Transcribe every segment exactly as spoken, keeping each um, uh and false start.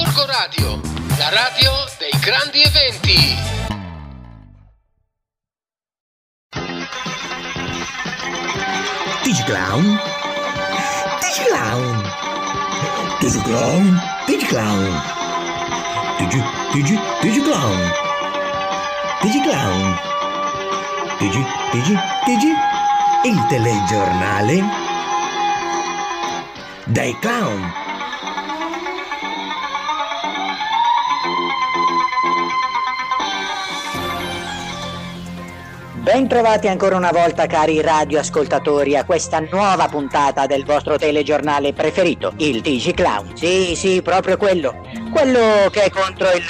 Gorgo Radio, la radio dei grandi eventi. Digiclown, Digiclown, Digiclown, Digiclown, Digi, Digi, Digiclown, Digiclown, Digi, Digi, Digi, il telegiornale dei clown. Bentrovati ancora una volta, cari radioascoltatori, a questa nuova puntata del vostro telegiornale preferito, il Digiclown. Sì, sì, proprio quello. Quello che è contro il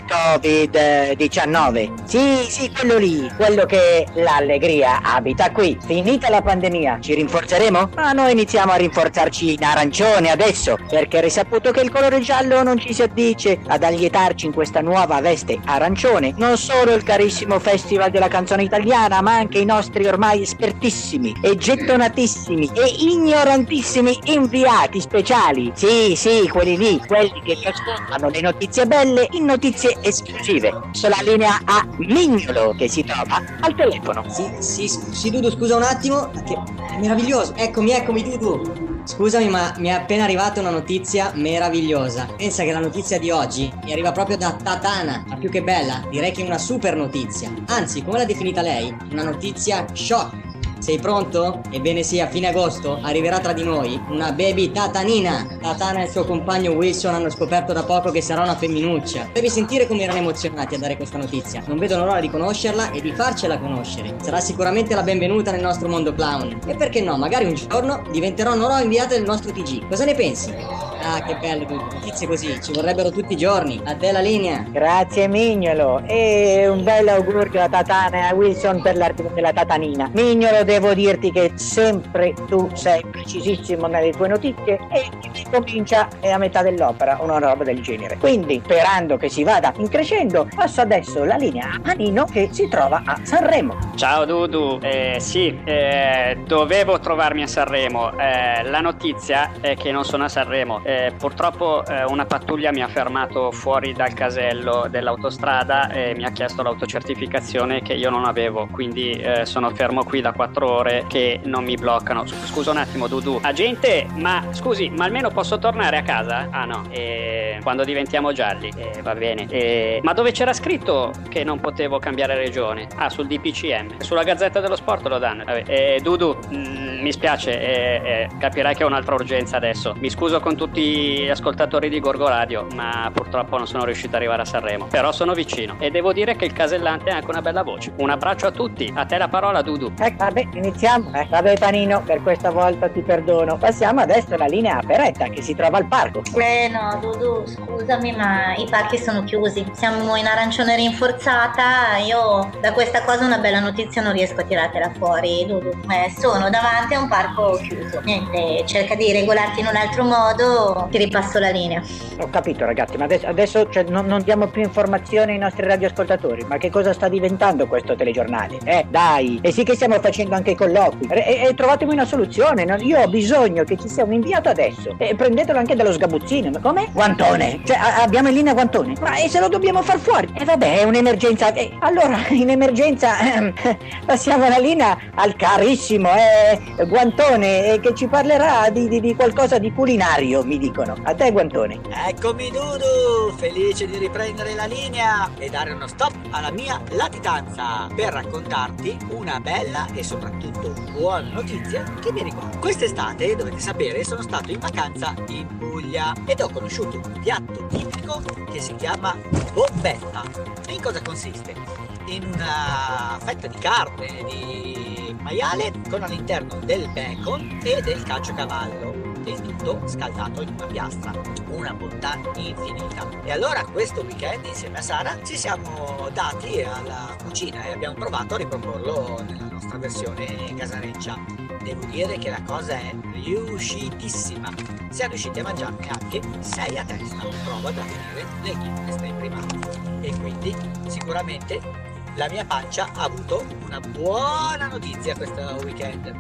covid diciannove. Sì, sì, quello lì. Quello che l'allegria abita qui. Finita la pandemia, ci rinforzeremo? Ma noi iniziamo a rinforzarci in arancione adesso, perché è risaputo che il colore giallo non ci si addice. Ad allietarci in questa nuova veste arancione non solo il carissimo Festival della canzone italiana, ma anche i nostri ormai espertissimi e gettonatissimi e ignorantissimi inviati speciali. Sì, sì, quelli lì, quelli che trasformano le notizie belle in notizie esclusive. Sulla linea a Mignolo, che si trova al telefono. Sì, sì, sì, Dudu, scusa un attimo, che è meraviglioso. Eccomi, eccomi, Dudu. Scusami, ma mi è appena arrivata una notizia meravigliosa. Pensa che la notizia di oggi mi arriva proprio da Tatana. Ma più che bella, direi che è una super notizia. Anzi, come l'ha definita lei? Una notizia shock. Sei pronto? Ebbene sì, a fine agosto arriverà tra di noi una baby tatanina. Tatana e il suo compagno Wilson hanno scoperto da poco che sarà una femminuccia. Devi sentire come erano emozionati a dare questa notizia. Non vedono l'ora di conoscerla e di farcela conoscere. Sarà sicuramente la benvenuta nel nostro mondo clown. E perché no, magari un giorno diventerò una nuova inviata del nostro T G. Cosa ne pensi? Ah, che bello, notizie così, ci vorrebbero tutti i giorni. A te la linea. Grazie Mignolo, e un bel augurio a Tatana e a Wilson per l'arrivo della tatanina. Mignolo, devo dirti che sempre tu sei precisissimo nelle tue notizie e comincia a metà dell'opera una roba del genere. Quindi, sperando che si vada in crescendo, passo adesso la linea a Nino, che si trova a Sanremo. Ciao Dudu, eh, sì, eh, dovevo trovarmi a Sanremo. Eh, la notizia è che non sono a Sanremo. Eh, purtroppo eh, una pattuglia mi ha fermato fuori dal casello dell'autostrada e mi ha chiesto l'autocertificazione che io non avevo, quindi eh, sono fermo qui da quattro ore che non mi bloccano. Scusa un attimo Dudu, agente, ma scusi, ma almeno posso tornare a casa? Ah no, eh, quando diventiamo gialli, eh, va bene. Eh, ma dove c'era scritto che non potevo cambiare regione? Ah, sul D P C M, sulla Gazzetta dello Sport lo danno. Vabbè. Eh, Dudu, mh, mi spiace, eh, eh, capirai che ho un'altra urgenza adesso. Mi scuso con tutti gli ascoltatori di Gorgo Radio, ma purtroppo non sono riuscito ad arrivare a Sanremo. Però sono vicino e devo dire che il casellante ha anche una bella voce. Un abbraccio a tutti, a te la parola Dudu. Eh, vabbè, iniziamo. Eh, vabbè Panino, per questa volta ti perdono. Passiamo adesso alla linea a Peretta, che si trova al parco. Eh no, Dudu, scusami, ma i parchi sono chiusi. Siamo in arancione rinforzata. Io da questa cosa una bella notizia non riesco a tirartela fuori, Dudu. Eh, sono davanti a un parco chiuso. Niente, cerca di regolarti in un altro modo. Ti ripasso la linea. Ho capito ragazzi, ma adesso, adesso cioè, non, non diamo più informazioni ai nostri radioascoltatori. Ma che cosa sta diventando questo telegiornale? Eh dai, e sì che stiamo facendo anche i colloqui. E, e trovatemi una soluzione, no? Io ho bisogno che ci sia un inviato adesso. E prendetelo anche dallo sgabuzzino. Ma come? Guantone, cioè a, abbiamo in linea Guantone. Ma e se lo dobbiamo far fuori? E eh, vabbè, è un'emergenza. Eh, allora in emergenza ehm, passiamo la linea al carissimo eh, Guantone, eh, che ci parlerà di, di, di qualcosa di culinario, mi dicono. A te Guantone. Eccomi Dudu, felice di riprendere la linea e dare uno stop alla mia latitanza per raccontarti una bella e soprattutto buona notizia che mi riguarda. Quest'estate, dovete sapere, sono stato in vacanza in Puglia ed ho conosciuto un piatto tipico che si chiama bombetta. E in cosa consiste? In una fetta di carne di maiale con all'interno del bacon e del caciocavallo, e il tutto scaldato in una piastra, una bontà infinita. E allora questo weekend insieme a Sara ci siamo dati alla cucina e abbiamo provato a riproporlo nella nostra versione casareccia. Devo dire che la cosa è riuscitissima. Siamo riusciti a mangiarne anche sei a testa, prova da venire nel Guinness dei primati. E quindi sicuramente la mia pancia ha avuto una buona notizia questo weekend.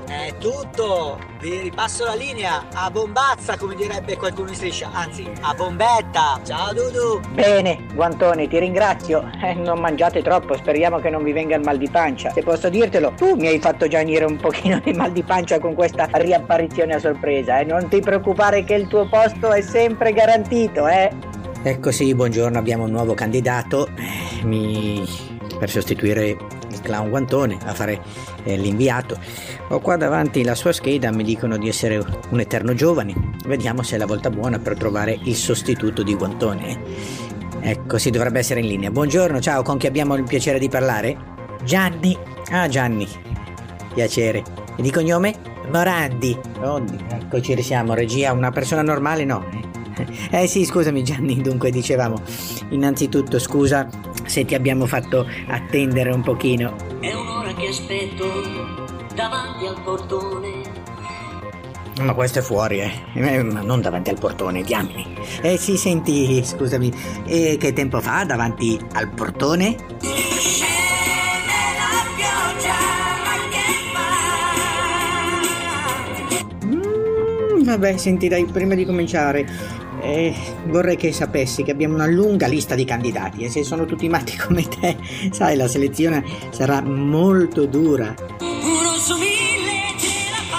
È tutto. Vi ripasso la linea a bombazza, come direbbe qualcuno in striscia, anzi a bombetta. Ciao Dudu. Bene, Guantone, ti ringrazio. Eh, non mangiate troppo, speriamo che non vi venga il mal di pancia. Se posso dirtelo, tu mi hai fatto già venire un pochino di mal di pancia con questa riapparizione a sorpresa, eh. Non ti preoccupare che il tuo posto è sempre garantito, eh. Ecco sì, buongiorno, abbiamo un nuovo candidato. Eh, mi... per sostituire il clown Guantone a fare eh, l'inviato. Ho qua davanti la sua scheda, mi dicono di essere un eterno giovane. Vediamo se è la volta buona per trovare il sostituto di Guantone. Ecco, si dovrebbe essere in linea. Buongiorno, ciao, con chi abbiamo il piacere di parlare? Gianni. Ah, Gianni, piacere. E di cognome? Morandi. Oddio, ecco, ci risiamo. Regia, una persona normale no? Eh sì, scusami Gianni, dunque dicevamo, innanzitutto scusa se ti abbiamo fatto attendere un pochino. È un'ora che aspetto davanti al portone. Ma questo è fuori, eh, eh ma non davanti al portone, diamine. Eh sì, senti, scusami, e che tempo fa davanti al portone? Mm, vabbè, senti, dai, prima di cominciare Eh, vorrei che sapessi che abbiamo una lunga lista di candidati e se sono tutti matti come te, sai, la selezione sarà molto dura. Uno su mille ce la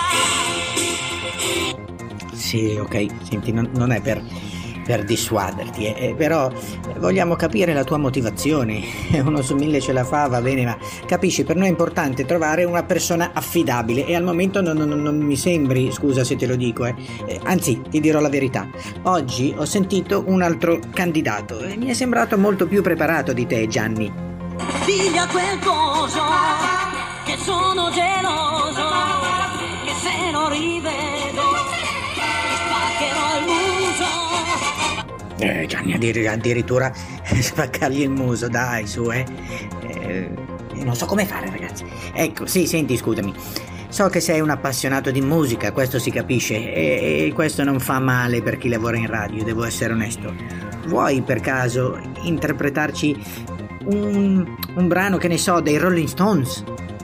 fa. Sì, ok, senti, non, non è per, per dissuaderti, eh, eh, però vogliamo capire la tua motivazione. Uno su mille ce la fa, va bene, ma capisci, per noi è importante trovare una persona affidabile e al momento non, non, non mi sembri, scusa se te lo dico, eh. Eh, anzi, ti dirò la verità. Oggi ho sentito un altro candidato e mi è sembrato molto più preparato di te, Gianni. Figlia quel coso, che sono geloso, che se non rivedo ti spaccherò il muso. Eh, Gianni, addir- addirittura spaccargli il muso, dai, su, eh. eh. Non so come fare, ragazzi. Ecco, sì, senti, scusami. So che sei un appassionato di musica, questo si capisce, e, e questo non fa male per chi lavora in radio, devo essere onesto. Vuoi per caso interpretarci un, un brano, che ne so, dei Rolling Stones?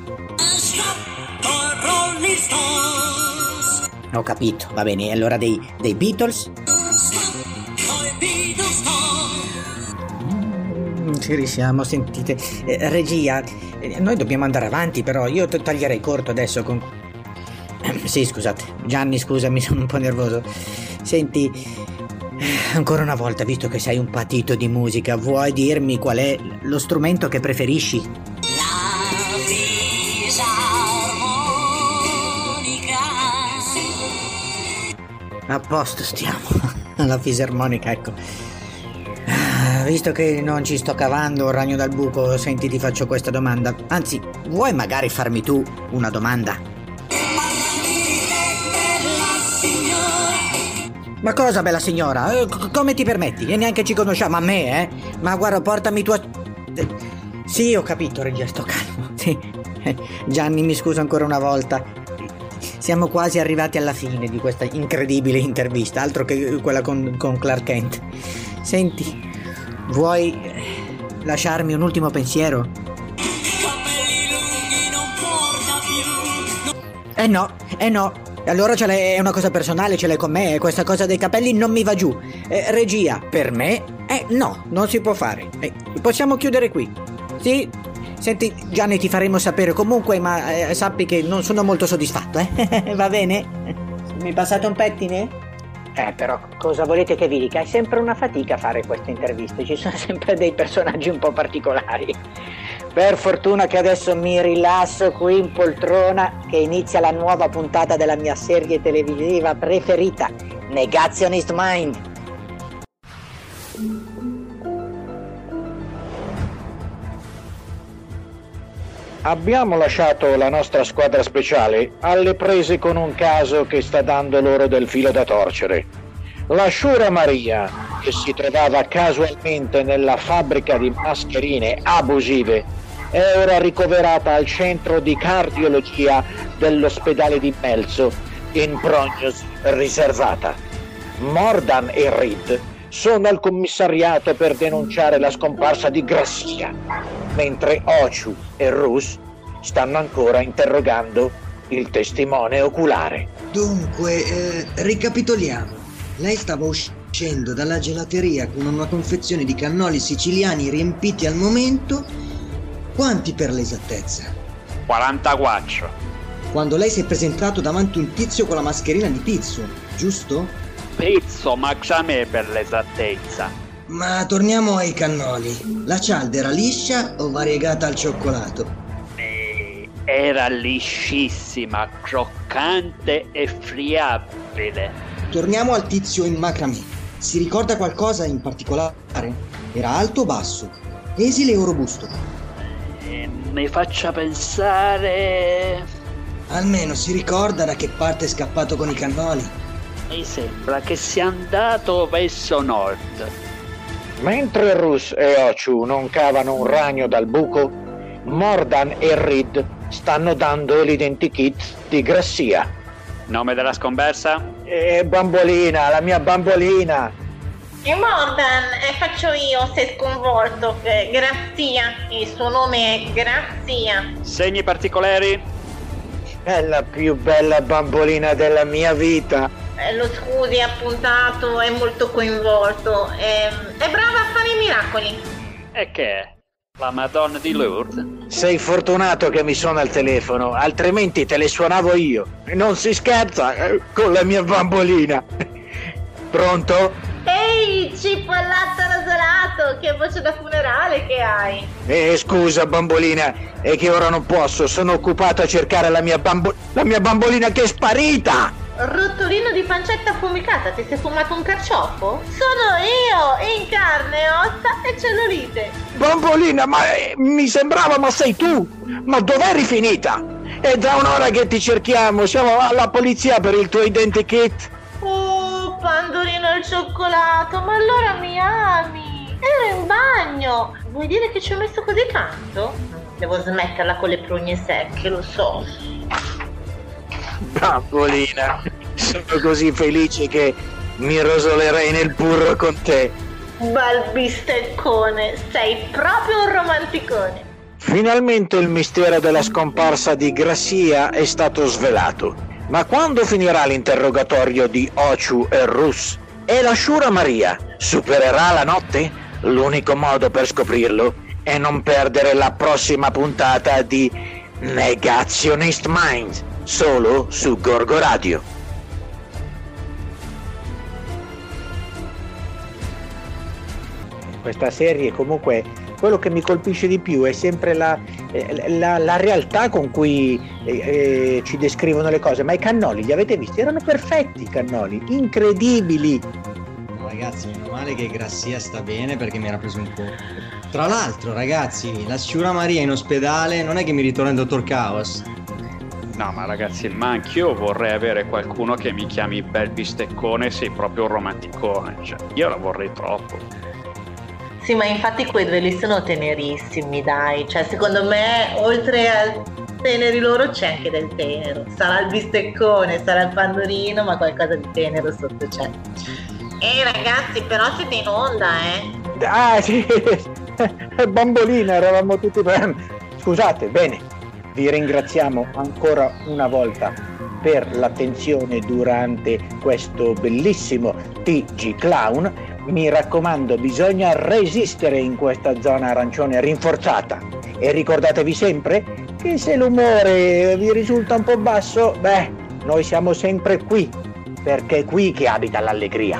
Rolling Stones. Ho capito, va bene, allora dei, dei Beatles? Ci risiamo, sentite. Eh, regia, eh, noi dobbiamo andare avanti, però io t- taglierei corto adesso con... Eh, sì, scusate. Gianni, scusami, sono un po' nervoso. Senti, eh, ancora una volta, visto che sei un patito di musica, vuoi dirmi qual è lo strumento che preferisci? La fisarmonica. A posto stiamo. La fisarmonica, ecco. Visto che non ci sto cavando un ragno dal buco, senti, ti faccio questa domanda. Anzi, vuoi magari farmi tu una domanda? Ma cosa, bella signora? Eh, c- come ti permetti? E neanche ci conosciamo, a me, eh? Ma guarda, portami tua... Eh, sì, ho capito, regia, sto calmo. Sì. Eh, Gianni, mi scuso ancora una volta. Siamo quasi arrivati alla fine di questa incredibile intervista, altro che quella con, con Clark Kent. Senti... vuoi lasciarmi un ultimo pensiero? Capelli lunghi non porta più. Eh no, eh no. Allora ce l'hai, è una cosa personale, ce l'hai con me. Questa cosa dei capelli non mi va giù. Eh, regia, per me? Eh no, non si può fare. Eh, possiamo chiudere qui. Sì? Senti, Gianni, ti faremo sapere comunque, ma eh, sappi che non sono molto soddisfatto, eh? Va bene? Mi passate un pettine? Eh, però cosa volete che vi dica? È sempre una fatica fare queste interviste, ci sono sempre dei personaggi un po' particolari. Per fortuna che adesso mi rilasso qui in poltrona, che inizia la nuova puntata della mia serie televisiva preferita, Negationist Mind. Abbiamo lasciato la nostra squadra speciale alle prese con un caso che sta dando loro del filo da torcere. La Shura Maria, che si trovava casualmente nella fabbrica di mascherine abusive, è ora ricoverata al centro di cardiologia dell'ospedale di Melzo in prognosi riservata. Mordan e Reed sono al commissariato per denunciare la scomparsa di Grassia, mentre Ochu e Rus stanno ancora interrogando il testimone oculare. Dunque, eh, ricapitoliamo. Lei stava uscendo dalla gelateria con una confezione di cannoli siciliani riempiti al momento. Quanti per l'esattezza? quarantaquattro. Quando lei si è presentato davanti un tizio con la mascherina di pizzo, giusto? Pizzo, ma a me per l'esattezza. Ma torniamo ai cannoli. La cialda era liscia o variegata al cioccolato? Era liscissima, croccante e friabile. Torniamo al tizio in macramè. Si ricorda qualcosa in particolare? Era alto o basso? Esile o robusto? Eh, mi faccia pensare... Almeno si ricorda da che parte è scappato con i cannoli? Mi sembra che sia andato verso nord. Mentre Rus e Ochu non cavano un ragno dal buco, Mordan e Reed stanno dando l'identikit di Grassia. Nome della scomparsa? Eh, bambolina, la mia bambolina. E Mordan, eh, faccio io se sconvolto. Eh, Grazia, il suo nome è Grazia. Segni particolari? È la più bella bambolina della mia vita. Eh, lo scusi, è appuntato, è molto coinvolto. Eh, è brava a fare i miracoli. E che è? La Madonna di Lourdes? Sei fortunato che mi suona il telefono, altrimenti te le suonavo io. Non si scherza eh, con la mia bambolina. Pronto? Ehi, cipollato rosolato, che voce da funerale che hai. Eh, scusa bambolina, è che ora non posso, sono occupato a cercare la mia bambo... la mia bambolina che è sparita! Rotolino di pancetta affumicata, ti sei fumato un carciofo? Sono io, in carne, ossa e cellulite. Bambolina, ma eh, mi sembrava, ma sei tu? Ma dov'eri finita? È da un'ora che ti cerchiamo, siamo alla polizia per il tuo identikit. Oh, Pandorino al cioccolato, ma allora mi ami? Ero in bagno. Vuoi dire che ci ho messo così tanto? Devo smetterla con le prugne secche, lo so. Bambolina, sono così felice che mi rosolerei nel burro con te. Bel bisteccone, sei proprio un romanticone. Finalmente il mistero della scomparsa di Grassia è stato svelato. Ma quando finirà l'interrogatorio di Ochu e Rus? E la Shura Maria supererà la notte? L'unico modo per scoprirlo è non perdere la prossima puntata di Negationist Mind, solo su Gorgo Radio. Questa serie comunque, quello che mi colpisce di più è sempre la, la, la realtà con cui eh, eh, ci descrivono le cose. Ma i cannoli li avete visti? Erano perfetti i cannoli, incredibili. Ragazzi, meno male che Grassia sta bene perché mi era preso un po'. Tra l'altro, ragazzi, la Shura Maria in ospedale non è che mi ritorna il dottor Chaos. No, ma ragazzi, ma anch'io vorrei avere qualcuno che mi chiami bel bisteccone, sei proprio un romanticone. Cioè, io la vorrei troppo. Sì, ma infatti quei due lì sono tenerissimi, dai. Cioè, secondo me, oltre al teneri loro c'è anche del tenero. Sarà il bisteccone, sarà il pandorino, ma qualcosa di tenero sotto c'è. Ehi ragazzi, però siete in onda, eh? Ah, sì. Bambolina, eravamo tutti ben. Scusate, bene. Vi ringraziamo ancora una volta per l'attenzione durante questo bellissimo T G Clown. Mi raccomando, bisogna resistere in questa zona arancione rinforzata. E ricordatevi sempre che se l'umore vi risulta un po' basso, beh, noi siamo sempre qui, perché è qui che abita l'allegria.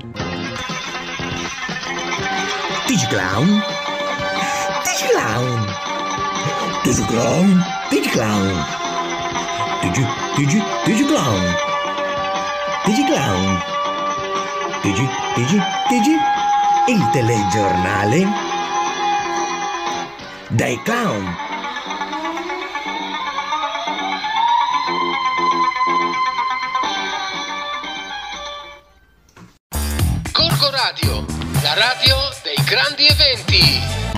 T G Clown? T G Clown? T G Clown? T G Clown? T G, T G, T G Clown? T G Clown? T G, T G, T G? Il telegiornale dai clown. Gorgo Radio, la radio dei grandi eventi.